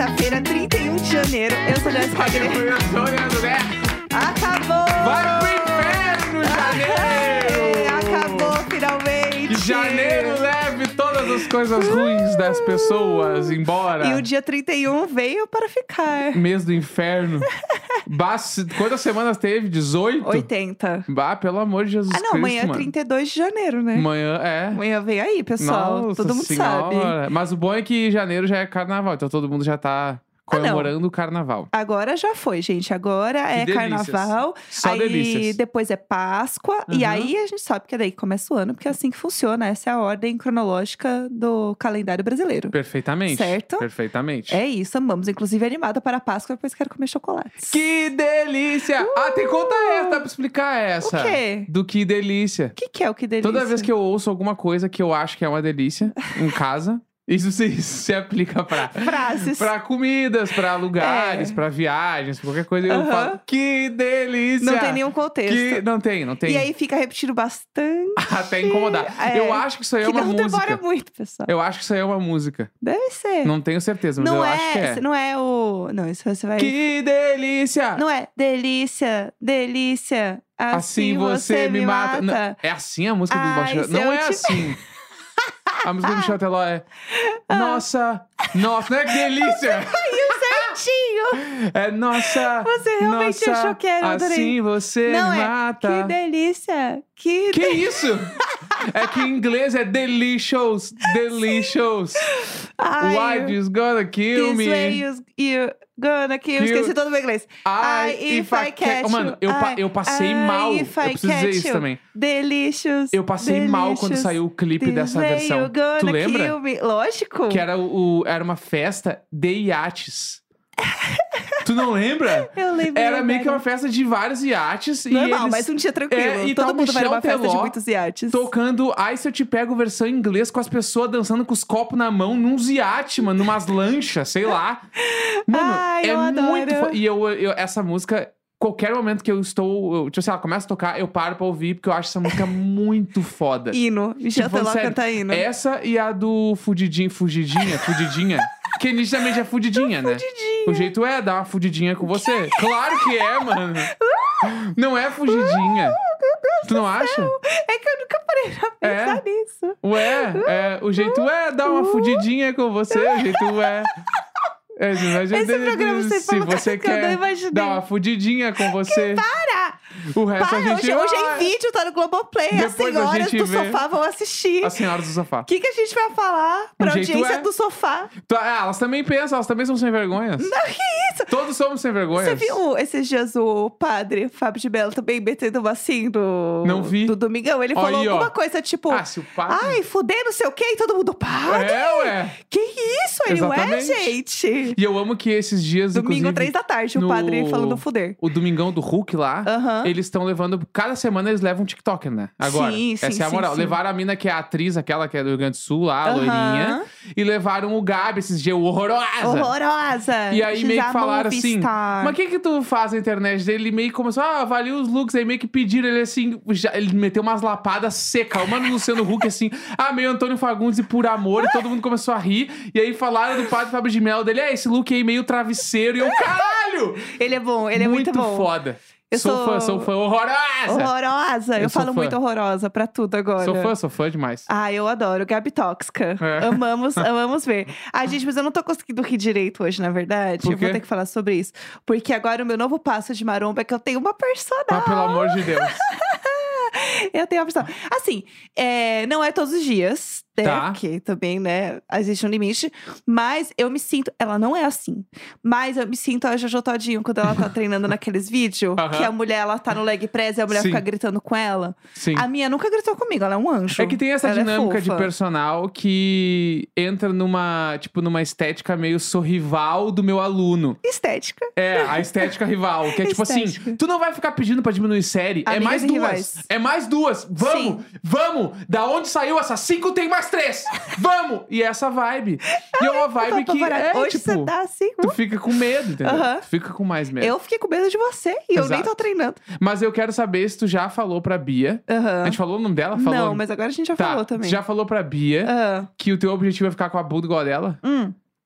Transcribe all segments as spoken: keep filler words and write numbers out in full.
Terça-feira, trinta e um de janeiro. Eu sou a Jéssica Greco. Acabou! Vai pro inferno, janeiro! Acabou, finalmente! Que janeiro leve todas as coisas ruins das pessoas embora. E o dia trinta e um veio para ficar. Mês do inferno. Basta, quantas semanas teve? dezoito? oitenta. Bah, pelo amor de Jesus Ah, não, Cristo, amanhã é mano. trinta e dois de janeiro, né? Amanhã é. Amanhã vem aí, pessoal. Nossa Todo mundo senhora. sabe. Mas o bom é que janeiro já é carnaval, então todo mundo já tá comemorando o carnaval. Agora já foi, gente. Agora é delícias. carnaval. Só aí delícias. depois é Páscoa. Uhum. E aí a gente sabe que é daí que começa o ano, porque é assim que funciona. Essa é a ordem cronológica do calendário brasileiro. Perfeitamente. Certo? Perfeitamente. É isso, amamos. Inclusive animada para a Páscoa, depois quero comer chocolates. Que delícia! Uh! Ah, tem conta essa, dá pra explicar essa. O quê? Do que delícia. O que, que é o que delícia? Toda vez que eu ouço alguma coisa que eu acho que é uma delícia em casa, isso se, isso se aplica pra, Frases. pra comidas, pra lugares, É. pra viagens, pra qualquer coisa. Eu Aham. falo, que delícia! Não tem nenhum contexto. Que... Não tem, não tem. E aí fica repetindo bastante. Até incomodar. É. Eu acho que isso aí é que uma não música. demora muito, pessoal. Eu acho que isso aí é uma música. Deve ser. Não tenho certeza, mas não eu é, acho que é. Não é o... Não, isso você vai... Que delícia! Não é delícia, delícia, assim, Assim você me mata. Não, é assim a música do Ai, Baixo. se Não eu é te- assim. A música do Michel Teló é. Ah. Nossa, nossa, não é que delícia! Certinho! É nossa. Você realmente nossa, achou que era, eu adorei. assim você Não me é, mata. que delícia, que... Que isso? É que em inglês é delicious, delicious. Ai, Why is gonna kill this me? way you, you gonna kill... Kill- Esqueci todo o meu inglês. Ai, if I catch you. Mano, eu, pa- Ai, eu passei ai, mal. Eu if I preciso dizer catch isso you. também. Delicious, Eu passei mal quando delicious, saiu o clipe this dessa way versão. you gonna Tu lembra? kill me. Lógico. Que era, o, era uma festa de iates. Tu não lembra? Eu lembro. Era meio que uma verdade. festa de vários iates. Normal, e eles mas um dia tranquilo. É, e Todo tá o mundo vai Michel numa festa de Teló muitos iates. tocando Ai Se Eu Te Pego versão em inglês com as pessoas dançando com os copos na mão num iate, mano, numas lanchas, sei lá. Mano, Ai, é eu muito... adoro. fo- E eu, eu, essa música... Qualquer momento que eu estou... Eu, tipo assim, ela começa a tocar, eu paro pra ouvir, porque eu acho essa música muito foda. Hino. Michel Tipo, Teló sério, canta hino. Essa e a do Fudidinho, Fugidinha, Fudidinha. Que nitidamente é fudidinha, né? Fudidinha. O jeito é dar uma fudidinha com você. Claro que é, mano. Não é fugidinha. Tu não acha? É que eu nunca parei pra pensar É. nisso. Ué, é, o jeito é dar uma fudidinha com você. O jeito é... É, imagina- Esse programa você se falou você que eu não quer imaginei. dar uma fudidinha com você. Para! O resto Para! a gente... Hoje, hoje é Ah, em vídeo, tá no Globoplay. As Depois a senhoras gente do vê. sofá vão assistir. As senhoras do sofá. O que, que a gente vai falar pra jeito audiência é. do sofá? Tu- ah, elas também pensam, elas também são sem vergonhas. Não, que isso? Todos somos sem vergonhas. Você viu esses dias o padre Fábio de Mello também metendo uma assim do... Não vi. do Domingão? Ele Ó falou aí, ó. alguma coisa tipo... Ah, se o padre... Ai, fuder não sei o quê, e todo mundo, padre! É, ué. Que isso? Ele não é, Exatamente. gente? E eu amo que esses dias, Domingo, inclusive, três da tarde, no- o padre falando fuder. o Domingão do Hulk lá, Aham. eles estão levando... Cada semana eles levam um TikToker, né? Agora. Sim, sim, Essa é a sim, moral. sim. Levaram a mina que é a atriz, aquela que é do Rio Grande do Sul lá, a Aham. loirinha. E levaram o Gabi esses dias, o Horrorosa. Horrorosa! E aí meio que She's a falaram movie assim, star. mas o que que tu faz na internet? Daí Ele meio que começou, ah, avalia os looks. Aí meio que pediram ele assim, já- ele meteu umas lapadas secas. O mano Luciano Huck assim, ah, meio Antônio Fagundes e Por Amor. E todo mundo começou a rir. E aí falaram do padre Fábio de Mello dele, é, esse look aí meio travesseiro. E eu, caralho! Ele é bom, ele é muito, bom. foda. Eu sou, sou- fã, sou fã. Horrorosa! Horrorosa! Eu, Eu sou falo fã. muito horrorosa pra tudo agora. Sou fã, sou fã demais. Ah, eu adoro. Gabi Tóxica. É. Amamos, amamos ver. Ah, gente, mas eu não tô conseguindo rir direito hoje, na verdade. Por Eu vou quê? ter que falar sobre isso. Porque agora o meu novo passo de maromba é que eu tenho uma personal. Mas pelo amor de Deus. Eu tenho uma personal. Assim, é, não é todos os dias, né? Tá. Porque também, né, existe um limite. Mas eu me sinto... Ela não é assim. Mas eu me sinto a Jojo Todinho quando ela tá treinando naqueles vídeos. Aham. Que a mulher, ela tá no leg press e a mulher Sim. fica gritando com ela. Sim. A minha nunca gritou comigo, ela é um anjo. É que tem essa Ela é dinâmica de fofa. personal que entra numa, tipo, numa estética meio sou rival do meu aluno. Estética. É, a estética rival. Que é tipo assim, Estética. tu não vai ficar pedindo pra diminuir série. é Amigas mais e duas. rivais. É mais duas. Vamos, Sim. vamos. Da onde saiu essa cinco tem mais três. Vamos. E essa vibe. E é uma Eu tô vibe que apavorada. é, Hoje tipo... você tá assim... Tu uh, fica com medo, entendeu? Aham. Tu fica com mais medo. Eu fiquei com medo de você e eu nem Exato. tô treinando. Mas eu quero saber se tu já falou pra Bia. Aham. A gente falou o nome dela? Falou? Não, mas agora a gente já Tá, falou também. tu já falou pra Bia Aham. que o teu objetivo é ficar com a bunda igual a dela? Hum.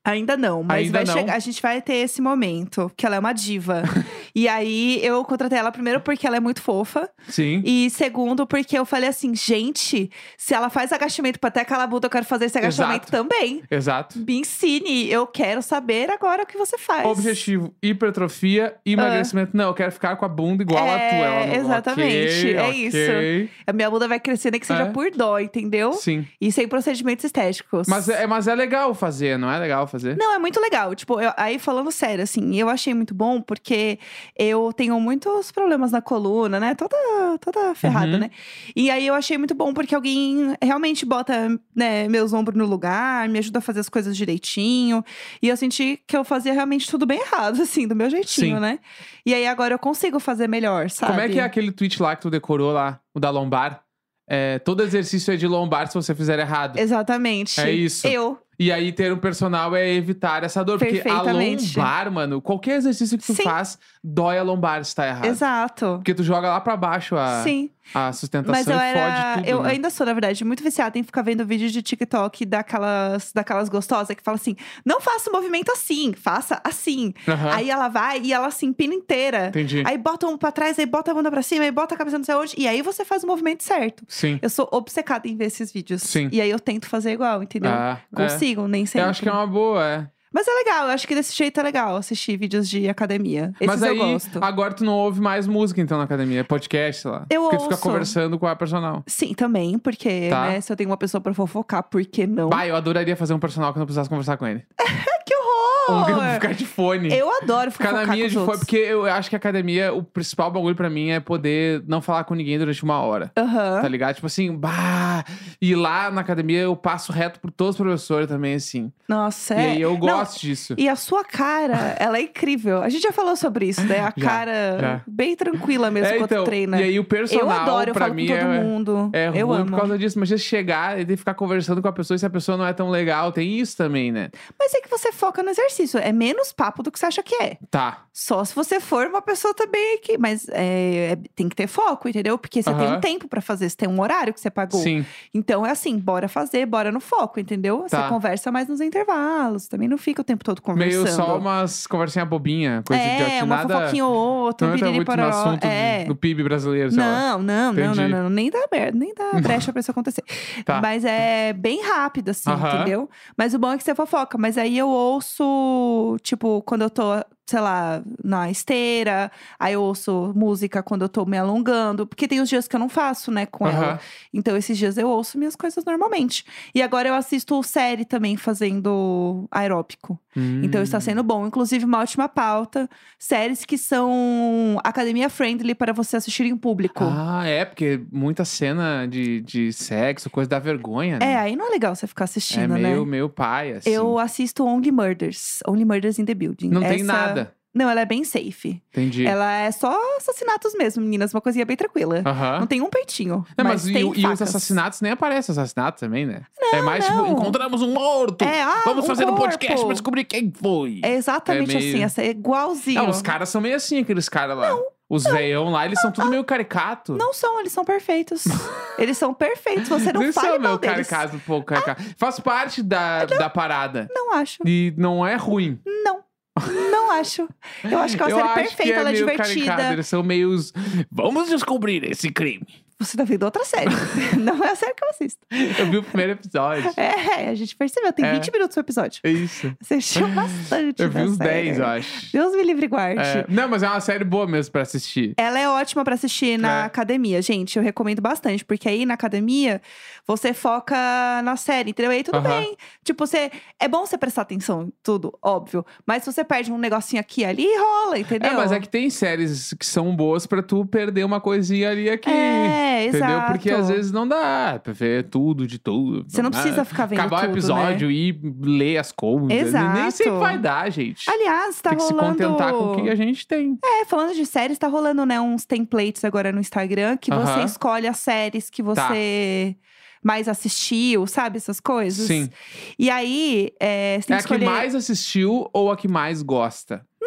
Ainda não, mas Ainda vai não? chegar. A gente vai ter esse momento, que ela é uma diva. E aí, eu contratei ela primeiro porque ela é muito fofa. Sim. E segundo, porque eu falei assim, gente, se ela faz agachamento pra até aquela bunda, eu quero fazer esse agachamento Exato. também. Exato. Me ensine, eu quero saber agora o que você faz. Objetivo, hipertrofia e emagrecimento. Não, eu quero ficar com a bunda igual É, a tua. Ela não- exatamente, ok, é ok. isso. A minha bunda vai crescer, nem que seja É. por dó, entendeu? Sim. E sem procedimentos estéticos. Mas é, mas é legal fazer, não é legal fazer? Não, é muito legal. Tipo, eu- aí falando sério, assim, eu achei muito bom porque eu tenho muitos problemas na coluna, né? Toda, toda ferrada, Uhum. né? E aí eu achei muito bom porque alguém realmente bota, né, meus ombros no lugar, me ajuda a fazer as coisas direitinho. E eu senti que eu fazia realmente tudo bem errado, assim, do meu jeitinho, Sim. né? E aí agora eu consigo fazer melhor, sabe? Como é que é aquele tweet lá que tu decorou lá, o da lombar? É, todo exercício é de lombar se você fizer errado. Exatamente. É isso. Eu. E aí ter um personal é evitar essa dor. Porque a Perfeitamente. lombar, mano, qualquer exercício que tu Sim. faz, dói a lombar se tá errado. Exato. Porque tu joga lá pra baixo a, Sim. a sustentação Mas eu e era. fode tudo, eu né? ainda sou, na verdade, muito viciada em ficar vendo vídeos de TikTok daquelas, daquelas gostosas que fala assim: não faça o movimento assim, faça assim. Aham. Aí ela vai e ela se empina inteira. Entendi. Aí bota um pra trás, aí bota a bunda pra cima, aí bota a cabeça não sei onde. E aí você faz o movimento certo. Sim. Eu sou obcecada em ver esses vídeos. Sim. E aí eu tento fazer igual, entendeu? Ah, é. Consigo, nem sempre. Eu acho que é uma boa, é. Mas é legal, eu acho que desse jeito é legal assistir vídeos de academia. Esses Mas aí, eu gosto. agora tu não ouve mais música, então, na academia. Podcast, sei lá. Eu Porque tu fica ouço. conversando com a personal. Sim, também, porque, Tá. né, se eu tenho uma pessoa pra fofocar, por que não? Bah, eu adoraria fazer um personal que eu não precisasse conversar com ele. Que horror! Um que eu ficar de fone. Eu adoro Ficar fofocar na minha com os de fone, outros. porque eu acho que a academia, o principal bagulho pra mim é poder não falar com ninguém durante uma hora. Aham. Tá ligado? Tipo assim, bah. E lá na academia eu passo reto por todos os professores também, assim. Nossa, E é. aí eu Não, gosto disso. e a sua cara, ela é incrível. A gente já falou sobre isso, né? A Já, cara já. bem tranquila mesmo É, quando então, treina. e aí o personal, eu adoro, eu pra falo mim, com todo é, mundo. é eu ruim amo. por causa disso. Mas se chegar e ter que ficar conversando com a pessoa e se a pessoa não é tão legal, tem isso também, né? Mas é que você foca no exercício. É menos papo do que você acha que é. Tá. Só se você for uma pessoa também que. Mas é, é- tem que ter foco, entendeu? Porque você tem Aham. um tempo pra fazer, você tem um horário que você pagou. Sim. Então é assim, bora fazer, bora no foco, entendeu? Tá. Você conversa mais nos intervalos. Também não fica o tempo todo conversando. Meio só umas conversinhas bobinhas, coisa de É, uma nada. fofoquinha ou outra, um Não entra piriri muito no pororó. assunto É. do P I B brasileiro, sei lá. Não, não, não, Entendi. não, não, nem dá merda, nem dá brecha pra isso acontecer. Tá. Mas é bem rápido, assim, Aham. entendeu? Mas o bom é que você fofoca. Mas aí eu ouço, tipo, quando eu tô, sei lá, na esteira. Aí eu ouço música quando eu tô me alongando. Porque tem os dias que eu não faço, né, com ela. Aham. Então esses dias eu ouço minhas coisas normalmente. E agora eu assisto série também fazendo aeróbico. Hum. Então está sendo bom. Inclusive, uma ótima pauta. Séries que são academia friendly para você assistir em público. Ah, é, porque muita cena de, de sexo, coisa da vergonha, né? É, aí não é legal você ficar assistindo, É meio, né? meio pai, assim. Eu assisto Only Murders. Only Murders in the Building. Não tem Essa- nada. Não, ela é bem safe. Entendi. Ela é só assassinatos mesmo, meninas. Uma coisinha bem tranquila. Aham. Não tem um peitinho. Não, mas, mas, e, tem o- e os facas. assassinatos nem aparecem assassinatos também, né? Não, é mais não. tipo, encontramos um morto! É, ah, Vamos um fazer um corpo. podcast pra descobrir quem foi! É exatamente É meio- assim. Essa é igualzinho. Não, os caras são meio assim, aqueles caras lá. Os veião lá, eles são tudo meio caricato. Não são, eles são perfeitos. Eles são perfeitos. Você não Eles fale são mal meio deles. caricato, um pouco caricato. Faz parte da, da parada. Não acho. E não é ruim. Não. Não acho. Eu acho que é uma Eu série acho perfeita, que é ela é meio divertida. caricato. Eles são meio. os- Vamos descobrir esse crime. Você tá vendo outra série. Não é a série que eu assisto. Eu vi o primeiro episódio. É, a gente percebeu. Tem É. vinte minutos o episódio. É isso. Você assistiu bastante. Eu vi da uns série. dez, eu acho. Deus me livre e guarde. É, não, mas é uma série boa mesmo pra assistir. Ela é ótima pra assistir na É. academia, gente. Eu recomendo bastante, porque aí na academia você foca na série, entendeu? Aí tudo Aham. bem. Tipo, você. É bom você prestar atenção em tudo, óbvio. Mas se você perde um negocinho aqui e ali, rola, entendeu? É, mas é que tem séries que são boas pra tu perder uma coisinha ali e aqui. É, Entendeu? exato. Porque às vezes não dá pra ver tudo de tudo. Você não dá. precisa ficar vendo Acabar tudo, o episódio e ler as coisas. Exato. Nem sempre vai dar, gente. Aliás, tá tem que rolando. se contentar com o que a gente tem. É, falando de séries, tá rolando, né, uns templates agora no Instagram que você Aham. escolhe as séries que Tá. você mais assistiu, sabe? Essas coisas. Sim. E aí, é, você tem É que a que escolher. mais assistiu ou a que mais gosta?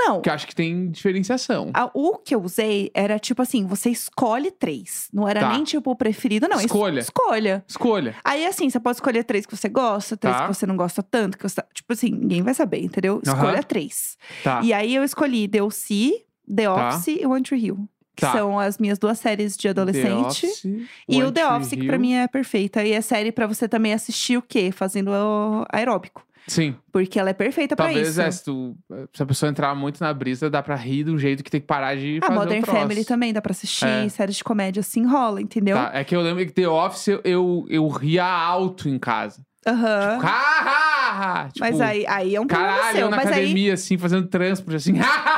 Não. Que eu acho que tem diferenciação. A- o que eu usei era tipo assim, você escolhe três. Não era Tá. nem tipo o preferido, não. es- Escolha. Escolha. Escolha. Aí assim, você pode escolher três que você gosta, três Tá. que você não gosta tanto. Que você... Tipo assim, ninguém vai saber, entendeu? Escolha Aham. três. Tá. E aí eu escolhi The O C, The Tá. Office e One Tree Hill. Que Tá. são as minhas duas séries de The adolescente. Office, E One o The Tree Office, que Hill. pra mim é perfeita. E é série pra você também assistir o quê? Fazendo o aeróbico. Sim. Porque ela é perfeita pra Talvez, isso. é, se, tu, se a pessoa entrar muito na brisa, dá pra rir do jeito que tem que parar de A fazer Modern o troço. Family também dá pra assistir. É. Séries de comédia assim rola, entendeu? Tá, é que eu lembro que The Office eu, eu, eu ria alto em casa. Aham. Tipo, ha, ha, ha. Tipo, Mas aí, aí é um problema caralho, seu. eu na Mas aí. academia, assim, fazendo transporte, assim.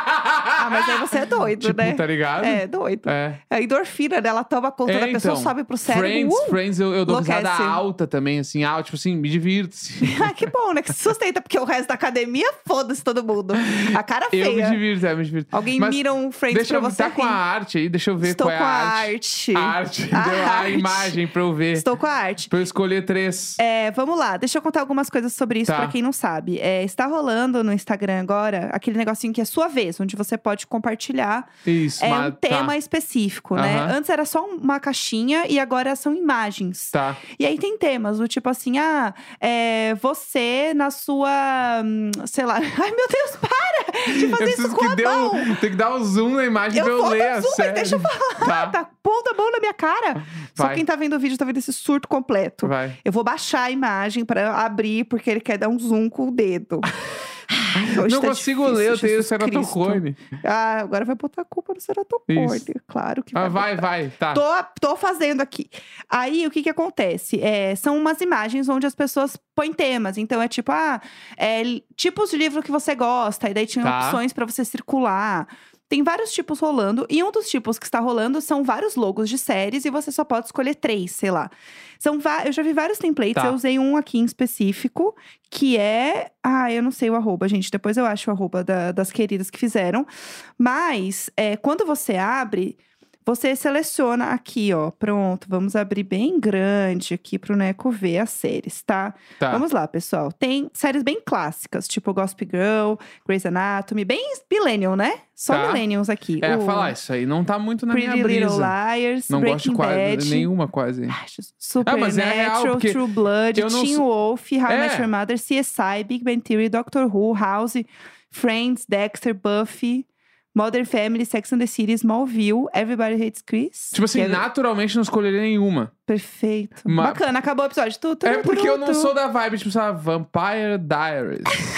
Ah, mas aí você é doido, tipo, né? tá ligado? É, doido. É. A endorfina, né? Ela toma conta É, da pessoa, então, sobe pro cérebro. Friends, uh! Friends, eu, eu dou risada enlouquece. alta também, assim, alto, tipo assim, me divirto. Assim. Ah, que bom, né? Que se sustenta, porque o resto da academia, foda-se todo mundo. A cara Eu me feia. divirto, é, me divirto. Alguém Mas mira um Friends Deixa pra eu você tá com a rir. arte aí, deixa eu ver Estou qual é com a a arte. arte. A arte, A deu a arte. imagem pra eu ver. Estou com a arte. Pra eu escolher três. É, vamos lá, deixa eu contar algumas coisas sobre isso Tá. pra quem não sabe. É, está rolando no Instagram agora aquele negocinho que é sua vez, onde você pode compartilhar Isso, é, mas um tema tá. específico, né? Aham. Antes era só uma caixinha e agora são imagens. Tá. E aí tem temas, do tipo assim, ah, é, você na sua, hum, sei lá, ai meu Deus, para de Eu fazer preciso isso que com a dê mão. um, tem que dar um zoom na imagem Eu pra eu vou ler dar a zoom, mas série. deixa eu falar. Tá, Tá pondo a mão na minha cara. Só Vai. quem tá vendo o vídeo tá vendo esse surto completo. vai. Eu vou baixar a imagem pra abrir, porque ele quer dar um zoom com o dedo. Ai, hoje Não tá consigo difícil, ler, eu tenho Jesus ceratocone. Cristo. Ah, agora vai botar a culpa no ceratocone. Isso. Claro que Ah, vai. vai, botar. vai, tá. Tô, tô fazendo aqui. Aí, o que que acontece? É, são umas imagens onde as pessoas põem temas. Então, é tipo, ah, é, li- tipos de livro que você gosta. E daí tinha Tá. opções pra você circular. Tem vários tipos rolando. E um dos tipos que está rolando são vários logos de séries. E você só pode escolher três, sei lá. São va- eu já vi vários templates. Tá. Eu usei um aqui em específico. Que é… Ah, eu não sei o arroba, gente. Depois eu acho o arroba da- das queridas que fizeram. Mas, é, quando você abre… Você seleciona aqui, ó. Pronto, vamos abrir bem grande aqui pro Neco ver as séries, tá? Tá. Vamos lá, pessoal. Tem séries bem clássicas, tipo Gossip Girl, Grey's Anatomy, bem millennial, né? Só Tá. millennials aqui. É, O falar, isso aí não tá muito na Pretty minha brisa. Little Liars, Não Breaking gosto quase Bad, nenhuma, quase. Ai, Jesus. Supernatural, mas é real, porque True Blood, eu não Teen sou- Wolf, How I Met É. Your Mother, C S I, Big Bang Theory, Doctor Who, House, Friends, Dexter, Buffy, Modern Family, Sex and the City, Smallville, Everybody Hates Chris. Tipo assim, que é naturalmente não escolheria nenhuma. Perfeito. Ma- Bacana, acabou o episódio. Tu, tu, É tu, porque tu, eu não tu. sou da vibe, tipo, sabe, Vampire Diaries.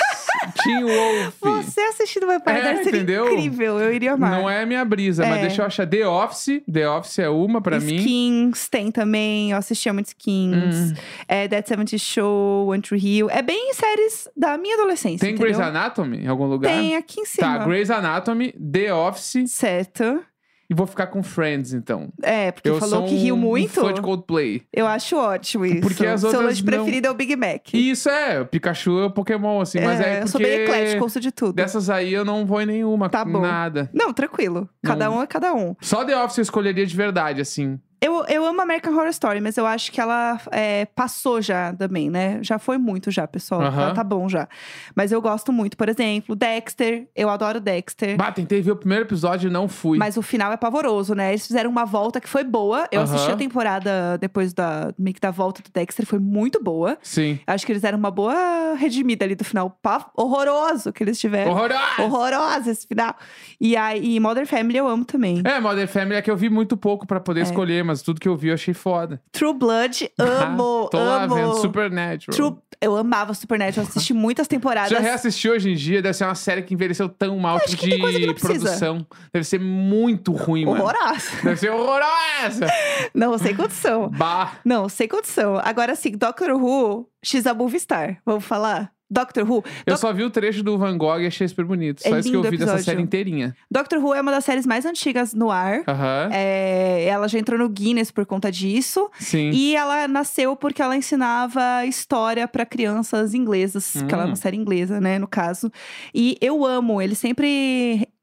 Teen Wolf. Você assistindo Vampire É, Diaries seria entendeu? incrível, eu iria amar. Não é a minha brisa, mas É. deixa eu achar The Office. The Office é uma pra mim. Skins tem também, eu assistia muito Skins. Hum. É, Dead seventy Show, One Tree Hill. É bem séries da minha adolescência, Tem entendeu? Grey's Anatomy em algum lugar? Tem aqui em cima. Tá, Grey's Anatomy, The Office Certo. e vou ficar com Friends, então. É, porque eu falou sou que riu um muito. fã de Coldplay. Eu acho ótimo isso. Porque as Seu outras lanche não- preferido é o Big Mac. E isso é, o Pikachu é o Pokémon, assim, mas é É, porque… eu sou bem eclético, ouço de tudo. Dessas aí eu não vou em nenhuma, Tá bom. nada. Não, tranquilo. Cada Não. um é cada um. Só The Office eu escolheria de verdade, assim. Eu, eu amo American Horror Story, mas eu acho que ela é, passou já também, né? Já foi muito já, pessoal. Aham. Ela tá bom já. Mas eu gosto muito, por exemplo, Dexter. Eu adoro Dexter. Bah, tentei ver o primeiro episódio e não fui. Mas o final é pavoroso, né? Eles fizeram uma volta que foi boa. Eu Aham. assisti a temporada depois da, meio que da volta do Dexter, foi muito boa. Sim. Acho que eles deram uma boa redimida ali do final. Pa- horroroso que eles tiveram. Horroroso! Horroroso esse final. E aí, Modern Family eu amo também. É, Modern Family é que eu vi muito pouco pra poder É. escolher, mas tudo que eu vi eu achei foda. True Blood, amo, Ah, Tô lá amo. vendo Supernatural. True... Eu amava Supernatural, eu assisti muitas temporadas. Já reassisti hoje em dia, deve ser uma série que envelheceu tão mal, acho tipo que tem coisa que de não precisa. produção. Deve ser muito ruim, mano. Horrorosa. Deve ser horrorosa! Não, sem condição. Bah! Não, sem condição. Agora sim, Doctor Who, She's a Movie Star. Vamos falar? Doctor Who. Eu Doc- só vi o trecho do Van Gogh e achei super bonito. É Só isso que eu lindo o vi dessa episódio. série inteirinha. Doctor Who é uma das séries mais antigas no ar. Aham. É, ela já entrou no Guinness por conta disso. Sim. E ela nasceu porque ela ensinava história pra crianças inglesas. Porque ela é Hum. uma série inglesa, né, no caso. E eu amo, eles sempre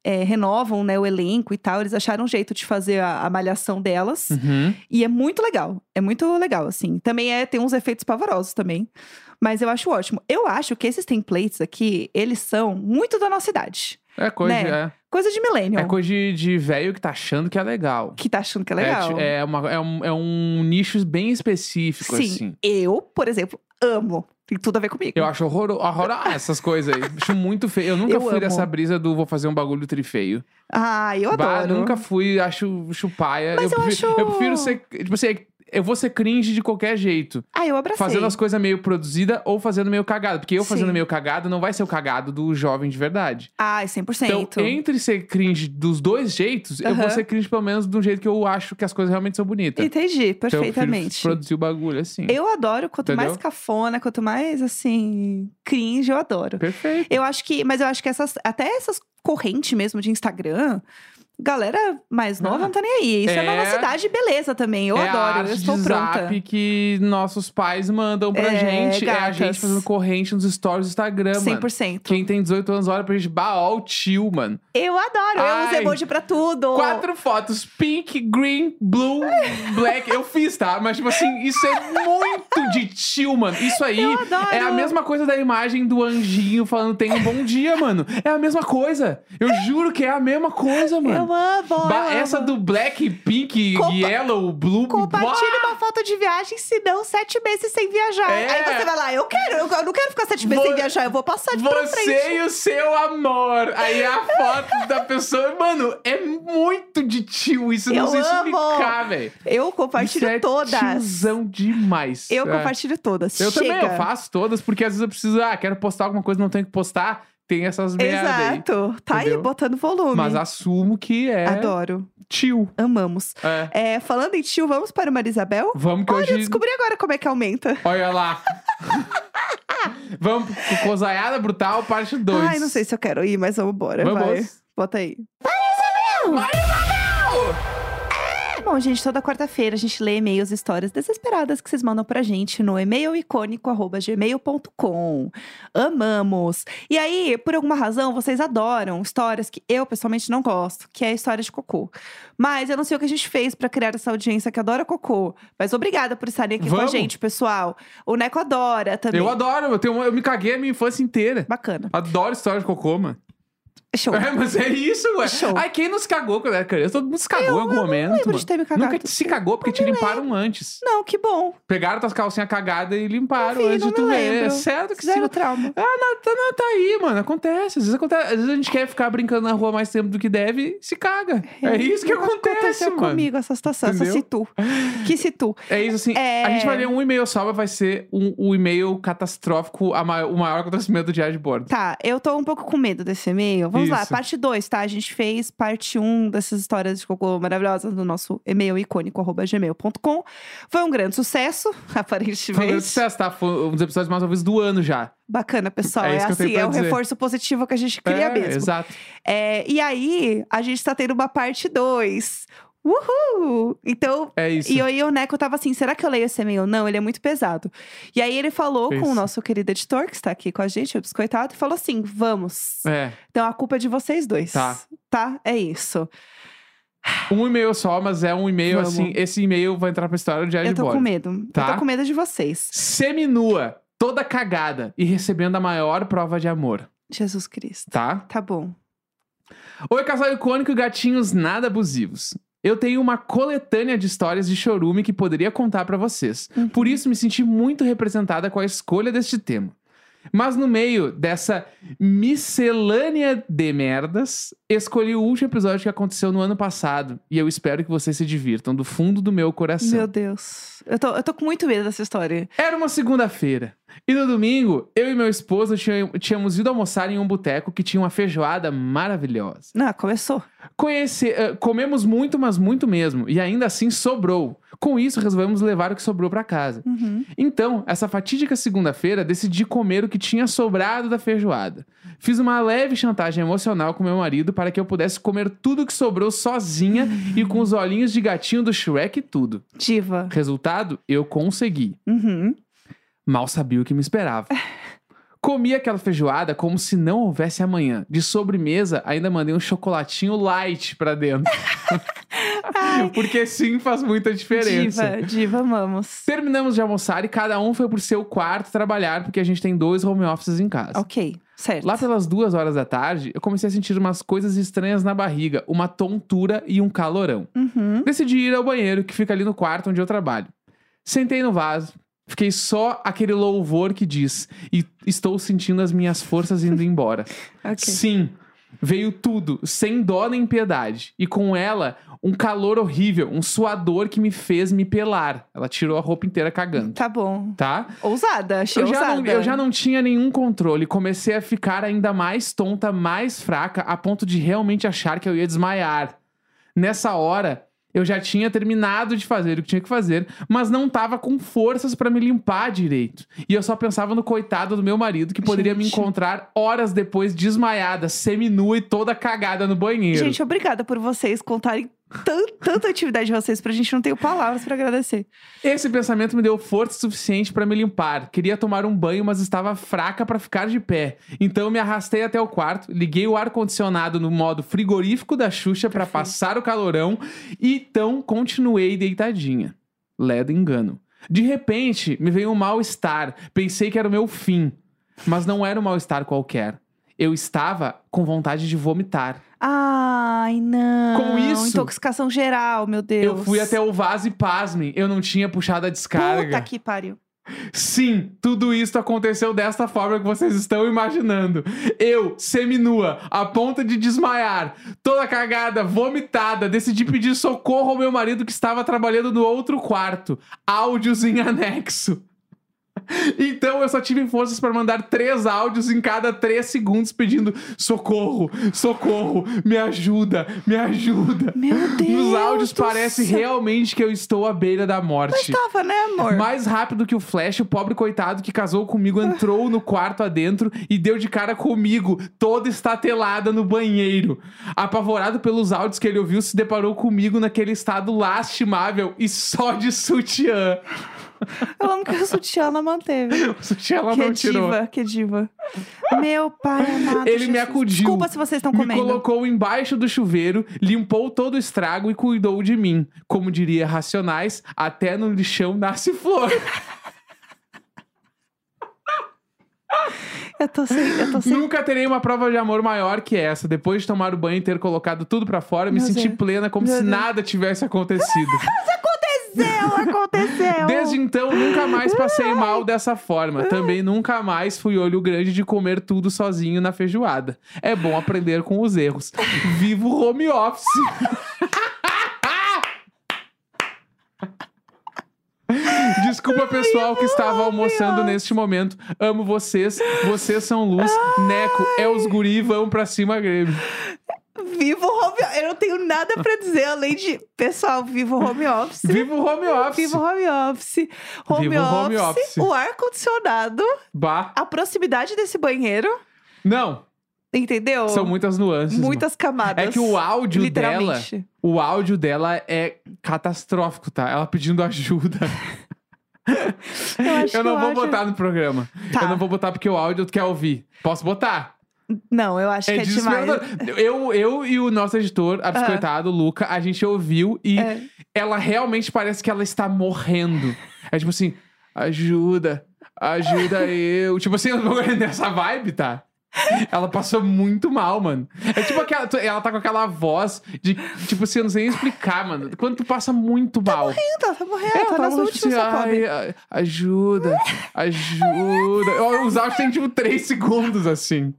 é, renovam, né, o elenco e tal. Eles acharam um jeito de fazer a, a malhação delas. Uhum. E é muito legal. É muito legal, assim. Também é, tem uns efeitos pavorosos também. Mas eu acho ótimo. Eu acho que esses templates aqui, eles são muito da nossa idade. É coisa, Né? de, é, Coisa de millennial. é coisa de, de velho que tá achando que é legal. Que tá achando que é legal. É, é, uma, é, um, é um nicho bem específico, Sim, assim. eu, por exemplo, amo. Tem tudo a ver comigo. Eu acho horroroso, horroroso essas coisas aí. Acho muito feio. Eu nunca Eu fui amo. dessa brisa do vou fazer um bagulho trifeio. Ah, eu Bah, adoro. nunca fui, acho chupaia. Mas eu prefiro, acho- eu prefiro ser. Tipo assim, eu vou ser cringe de qualquer jeito. Ah, eu abracei. Fazendo as coisas meio produzida ou fazendo meio cagado. Porque eu fazendo Sim. meio cagado não vai ser o cagado do jovem de verdade. Ai, cem por cento. Então, entre ser cringe dos dois jeitos, eu vou Aham. ser cringe pelo menos do jeito que eu acho que as coisas realmente são bonitas. Entendi, Então, eu prefiro perfeitamente. produzir o bagulho assim. Eu adoro, quanto mais Entendeu? cafona, quanto mais, assim, cringe, eu adoro. Perfeito. Eu acho que, mas eu acho que essas, até essas correntes mesmo de Instagram, galera mais nova Ah, não tá nem aí. Isso é, na é- nossa idade, beleza também. Eu é a adoro, arte eu estou de pronta. zap que nossos pais mandam pra É, gente. É a gatas. gente fazendo corrente nos stories do Instagram, cem mano. por cento. Quem tem dezoito anos olha pra gente, bah, ó o tio, mano. Eu adoro, eu uso Ai. emoji pra tudo. Quatro fotos, pink, green, blue, black. Eu fiz, tá? Mas, tipo assim, isso é muito de tio, mano. Isso aí Eu adoro. é a mesma coisa da imagem do anjinho falando tenha um bom dia, mano. É a mesma coisa. Eu juro que é a mesma coisa, mano. Eu amo, Ba- eu essa amo. do black, pink, Compa- yellow, blue. Compartilhe bah! uma foto de viagem, se não, sete meses sem viajar. É. Aí você vai lá, eu quero, eu eu não quero ficar sete meses Vo- sem viajar, eu vou passar de pra frente. Você e o seu amor. Aí a foto da pessoa. Mano, é muito de tio isso. Eu não sei amo. explicar, velho. Eu compartilho Isso é todas. tiozão demais. Eu É. compartilho todas. Eu Chega. também, eu faço todas, porque às vezes eu preciso, ah, quero postar alguma coisa, não tenho que postar. Tem essas merda aí. Exato. Tá aí, Entendeu? botando volume. Mas assumo que é Adoro. tio. Amamos. É. É, falando em tio, vamos para o Marisabel? Vamos que Olha, eu hoje. descobri agora como é que aumenta. Olha lá. Vamos pro Cozaiada Brutal, parte dois. Ai, não sei se eu quero ir, mas vamos embora. Vamos. Vai. Bota aí. Bom, gente, toda quarta-feira a gente lê e-mails, histórias desesperadas que vocês mandam pra gente no e-mail icônico arroba gmail ponto com. Amamos! E aí, por alguma razão, vocês adoram histórias que eu pessoalmente não gosto, que é a história de cocô. Mas eu não sei o que a gente fez pra criar essa audiência que adora cocô. Mas obrigada por estarem aqui com a Vamos. gente, pessoal. O Neco adora também. Eu adoro, eu, tenho, eu me caguei a minha infância inteira. Bacana. Adoro história de cocô, mano. Show. É, mas é isso, ué. Show. Ai, quem nos cagou quando era criança? Todo mundo se cagou em algum momento, lembro mano. de ter me cagado. Nunca se cagou porque te limparam antes. Não, que bom. Pegaram tuas calcinhas cagadas e limparam Não vi, antes não de tu me ver. lembro. É certo que Zero sim. trauma. Ah, não, tá, não, tá aí, mano. Acontece. Às vezes acontece. Às vezes a gente quer ficar brincando na rua mais tempo do que deve e se caga. É, isso que Nunca acontece, aconteceu mano. comigo essa situação, essa Entendeu? situ. Que situ. É isso, assim. É. A gente vai ler um e-mail só, mas vai ser um, um e-mail catastrófico, a ma- o maior acontecimento do diário de bordo. Tá, eu tô um pouco com medo desse e-mail. Vamos lá, Isso. parte dois, tá? A gente fez parte um dessas histórias de cocô maravilhosas no nosso e-mail icônico arroba gmail ponto com. Foi um grande sucesso, aparentemente. Foi um grande sucesso, tá? Foi um dos episódios mais ouvidos do ano já. Bacana, pessoal. É É, isso que eu tenho assim, pra é o dizer. reforço positivo que a gente queria é, mesmo. Exato. É, e aí, a gente tá tendo uma parte dois. Uhul! Então, É isso. e aí o Neco tava assim, será que eu leio esse e-mail? Não, ele é muito pesado. E aí ele falou com Isso. o nosso querido editor, que está aqui com a gente, o Biscoitado, e falou assim, vamos. É. Então a culpa é de vocês dois. Tá. Tá? É isso. Um e-mail só, mas é um e-mail Vamos. assim. Esse e-mail vai entrar pra história do diário Eu de tô bordo. com medo. Tá. Eu tô com medo de vocês. Seminua, toda cagada e recebendo a maior prova de amor. Jesus Cristo. Tá? Tá bom. Oi, casal icônico e gatinhos nada abusivos. Eu tenho uma coletânea de histórias de chorume que poderia contar pra vocês. Uhum. Por isso me senti muito representada com a escolha deste tema. Mas no meio dessa miscelânea de merdas, escolhi o último episódio que aconteceu no ano passado. E eu espero que vocês se divirtam do fundo do meu coração. Meu Deus. Eu tô, eu tô com muito medo dessa história. Era uma segunda-feira. E no domingo, eu e meu esposo tinha- tínhamos ido almoçar em um boteco que tinha uma feijoada maravilhosa. Não, começou. Conhece, eh, comemos muito, mas muito mesmo. E ainda assim sobrou. Com isso, resolvemos levar o que sobrou pra casa. Uhum. Então, essa fatídica segunda-feira, decidi comer o que tinha sobrado da feijoada. Fiz uma leve chantagem emocional com meu marido para que eu pudesse comer tudo que sobrou sozinha e com os olhinhos de gatinho do Shrek e tudo. Diva. Resultado, eu consegui. Uhum. Mal sabia o que me esperava. Comi aquela feijoada como se não houvesse amanhã. De sobremesa, ainda mandei um chocolatinho light pra dentro. Porque sim, faz muita diferença. Diva, diva, amamos. Terminamos de almoçar e cada um foi pro seu quarto trabalhar, porque a gente tem dois home offices em casa. Ok, certo. Lá pelas duas horas da tarde, eu comecei a sentir umas coisas estranhas na barriga, uma tontura e um calorão. Uhum. Decidi ir ao banheiro, que fica ali no quarto onde eu trabalho. Sentei no vaso, fiquei só aquele louvor que diz: e estou sentindo as minhas forças indo embora. Ok. Sim, veio tudo, sem dó nem piedade. E com ela, um calor horrível, um suador que me fez me pelar. Ela tirou a roupa inteira cagando. Tá bom. Tá? Ousada, achei Eu já, ousada. não, eu já não tinha nenhum controle. Comecei a ficar ainda mais tonta, mais fraca, a ponto de realmente achar que eu ia desmaiar. Nessa hora, eu já tinha terminado de fazer o que tinha que fazer, mas não tava com forças pra me limpar direito. E eu só pensava no coitado do meu marido, que poderia me Gente. encontrar horas depois desmaiada, seminua e toda cagada no banheiro. Gente, obrigada por vocês contarem tan- tanta atividade de vocês pra gente não ter palavras pra agradecer. Esse pensamento me deu força suficiente pra me limpar. Queria tomar um banho, mas estava fraca pra ficar de pé. Então eu me arrastei até o quarto, liguei o ar-condicionado no modo frigorífico da Xuxa pra Perfeito. passar o calorão e então continuei deitadinha. Ledo engano. De repente, me veio um mal-estar. Pensei que era o meu fim. Mas não era um mal-estar qualquer. Eu estava com vontade de vomitar. Ai, não. Com isso- Intoxicação geral, meu Deus. Eu fui até o vaso e pasmem, eu não tinha puxado a descarga. Puta que pariu. Sim, tudo isso aconteceu desta forma que vocês estão imaginando. Eu, seminua, a ponto de desmaiar, toda cagada, vomitada, decidi pedir socorro ao meu marido que estava trabalhando no outro quarto. Áudios em anexo. Então eu só tive forças para mandar três áudios em cada três segundos pedindo socorro, socorro, me ajuda, me ajuda. Meu Deus Nos áudios do parece céu. realmente que eu estou à beira da morte. Tava, né, amor? Mais rápido que o Flash, o pobre coitado que casou comigo entrou no quarto adentro e deu de cara comigo, toda estatelada no banheiro. Apavorado pelos áudios que ele ouviu, se deparou comigo naquele estado lastimável e só de sutiã. Eu amo que o sutiã ela manteve. O sutiã ela Que não tirou. diva, que diva. Meu pai amado, Ele me Jesus. acudiu. Desculpa se vocês estão Me comendo. colocou embaixo do chuveiro, limpou todo o estrago e cuidou de mim. Como diria Racionais, até no lixão nasce flor. Eu tô sem... Eu tô sem... Nunca terei uma prova de amor maior que essa. Depois de tomar o banho e ter colocado tudo pra fora, me Meu senti Deus. plena, como Meu se Deus. nada tivesse acontecido. Aconteceu, aconteceu. Desde então, nunca mais passei mal dessa forma. Também nunca mais fui olho grande de comer tudo sozinho na feijoada. É bom aprender com os erros. Vivo home office. Desculpa, pessoal, que estava almoçando neste momento. Amo vocês. Vocês são luz. Neco, é os guri, vão pra cima, Grêmio. Vivo home office. Eu não tenho nada pra dizer além de... Pessoal, vivo home office. Vivo home office. Vivo home office. Home, Vivo office, home office. O ar-condicionado. Bah. A proximidade desse banheiro. Não, Entendeu? são muitas nuances. mano. Muitas camadas. É que o áudio dela, Literalmente. o áudio dela é catastrófico, tá? Ela pedindo ajuda. Eu acho Eu que não o vou áudio- botar no programa. Tá. Eu não vou botar porque o áudio tu quer ouvir. Posso botar? Não, eu acho É que é demais. desesperador. Eu, eu e o nosso editor, a biscoitado, o Luca, a gente ouviu e É. ela realmente parece que ela está morrendo. É tipo assim, ajuda, ajuda eu. Tipo assim, nessa vibe, tá? Ela passou muito mal, mano. É tipo aquela. Ela tá com aquela voz de. Tipo assim, eu não sei nem explicar, mano. Quando tu passa muito mal. Tá, tá morrendo, É, tá nas tava, últimas, tipo assim, sua pobre. ai, ai, ajuda, ajuda. Os áudios tem tipo três segundos, assim.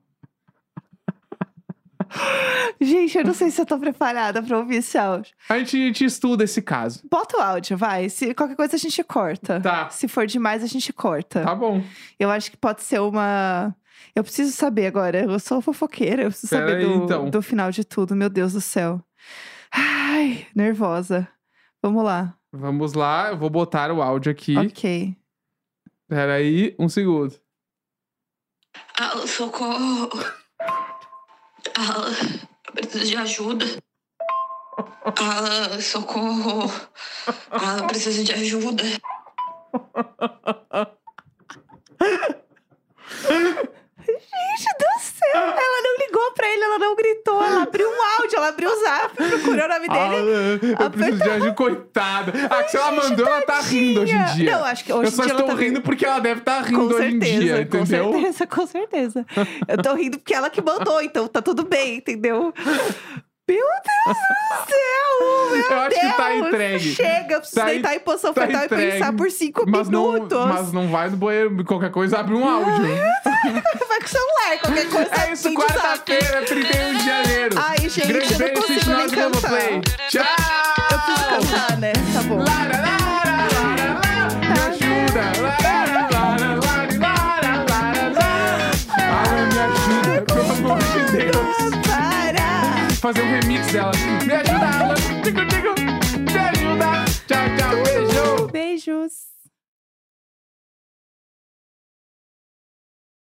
Gente, eu não sei se eu tô preparada pra ouvir esse áudio. A gente, a gente estuda esse caso. Bota o áudio, vai. Se qualquer coisa a gente corta. Tá. Se for demais, a gente corta. Tá bom. Eu acho que pode ser uma... Eu preciso saber agora. Eu sou fofoqueira. Eu preciso Pera saber aí, do, então. do final de tudo. Meu Deus do céu. Ai, nervosa. Vamos lá. Vamos lá, eu vou botar o áudio aqui. Ok. Pera aí, um segundo. Alô, socorro. Alô, eu preciso de ajuda. Alô, socorro. Alô, eu preciso de ajuda. ele, ela não gritou. Ela abriu um áudio, ela abriu o zap, procurou o nome dele. Ah, eu preciso de ajuda, coitada. Ah, que se ela mandou, ela tá rindo hoje em dia. Não, acho que hoje eu só em dia estou ela tá rindo porque ela deve estar tá rindo com hoje certeza, em dia, com entendeu? Com certeza, com certeza. Eu tô rindo porque ela que mandou, então tá tudo bem, entendeu? Meu Deus do céu! Meu eu acho Deus, que tá entregue. Chega, eu preciso tá deitar em posição tá fetal e pensar por cinco mas minutos. Não, mas não vai no banheiro, qualquer coisa, abre um áudio. Vai com o celular, qualquer coisa. É isso, quarta-feira, trinta e um de janeiro. Ai, gente, Grande eu não beijo, consigo assiste nem nós no cantar. Globoplay. Tchau! Eu preciso cantar, né? Tá bom. Lara, lara, lara, lara, me ajuda. Lara, lara, lara, lara, lara, lara. Alan, me ajuda, pelo amor de Deus. Para! Fazer um remix dela. Me ajuda, Alan. Digo, digo. Me ajuda. Tchau, tchau. Beijo. Beijos.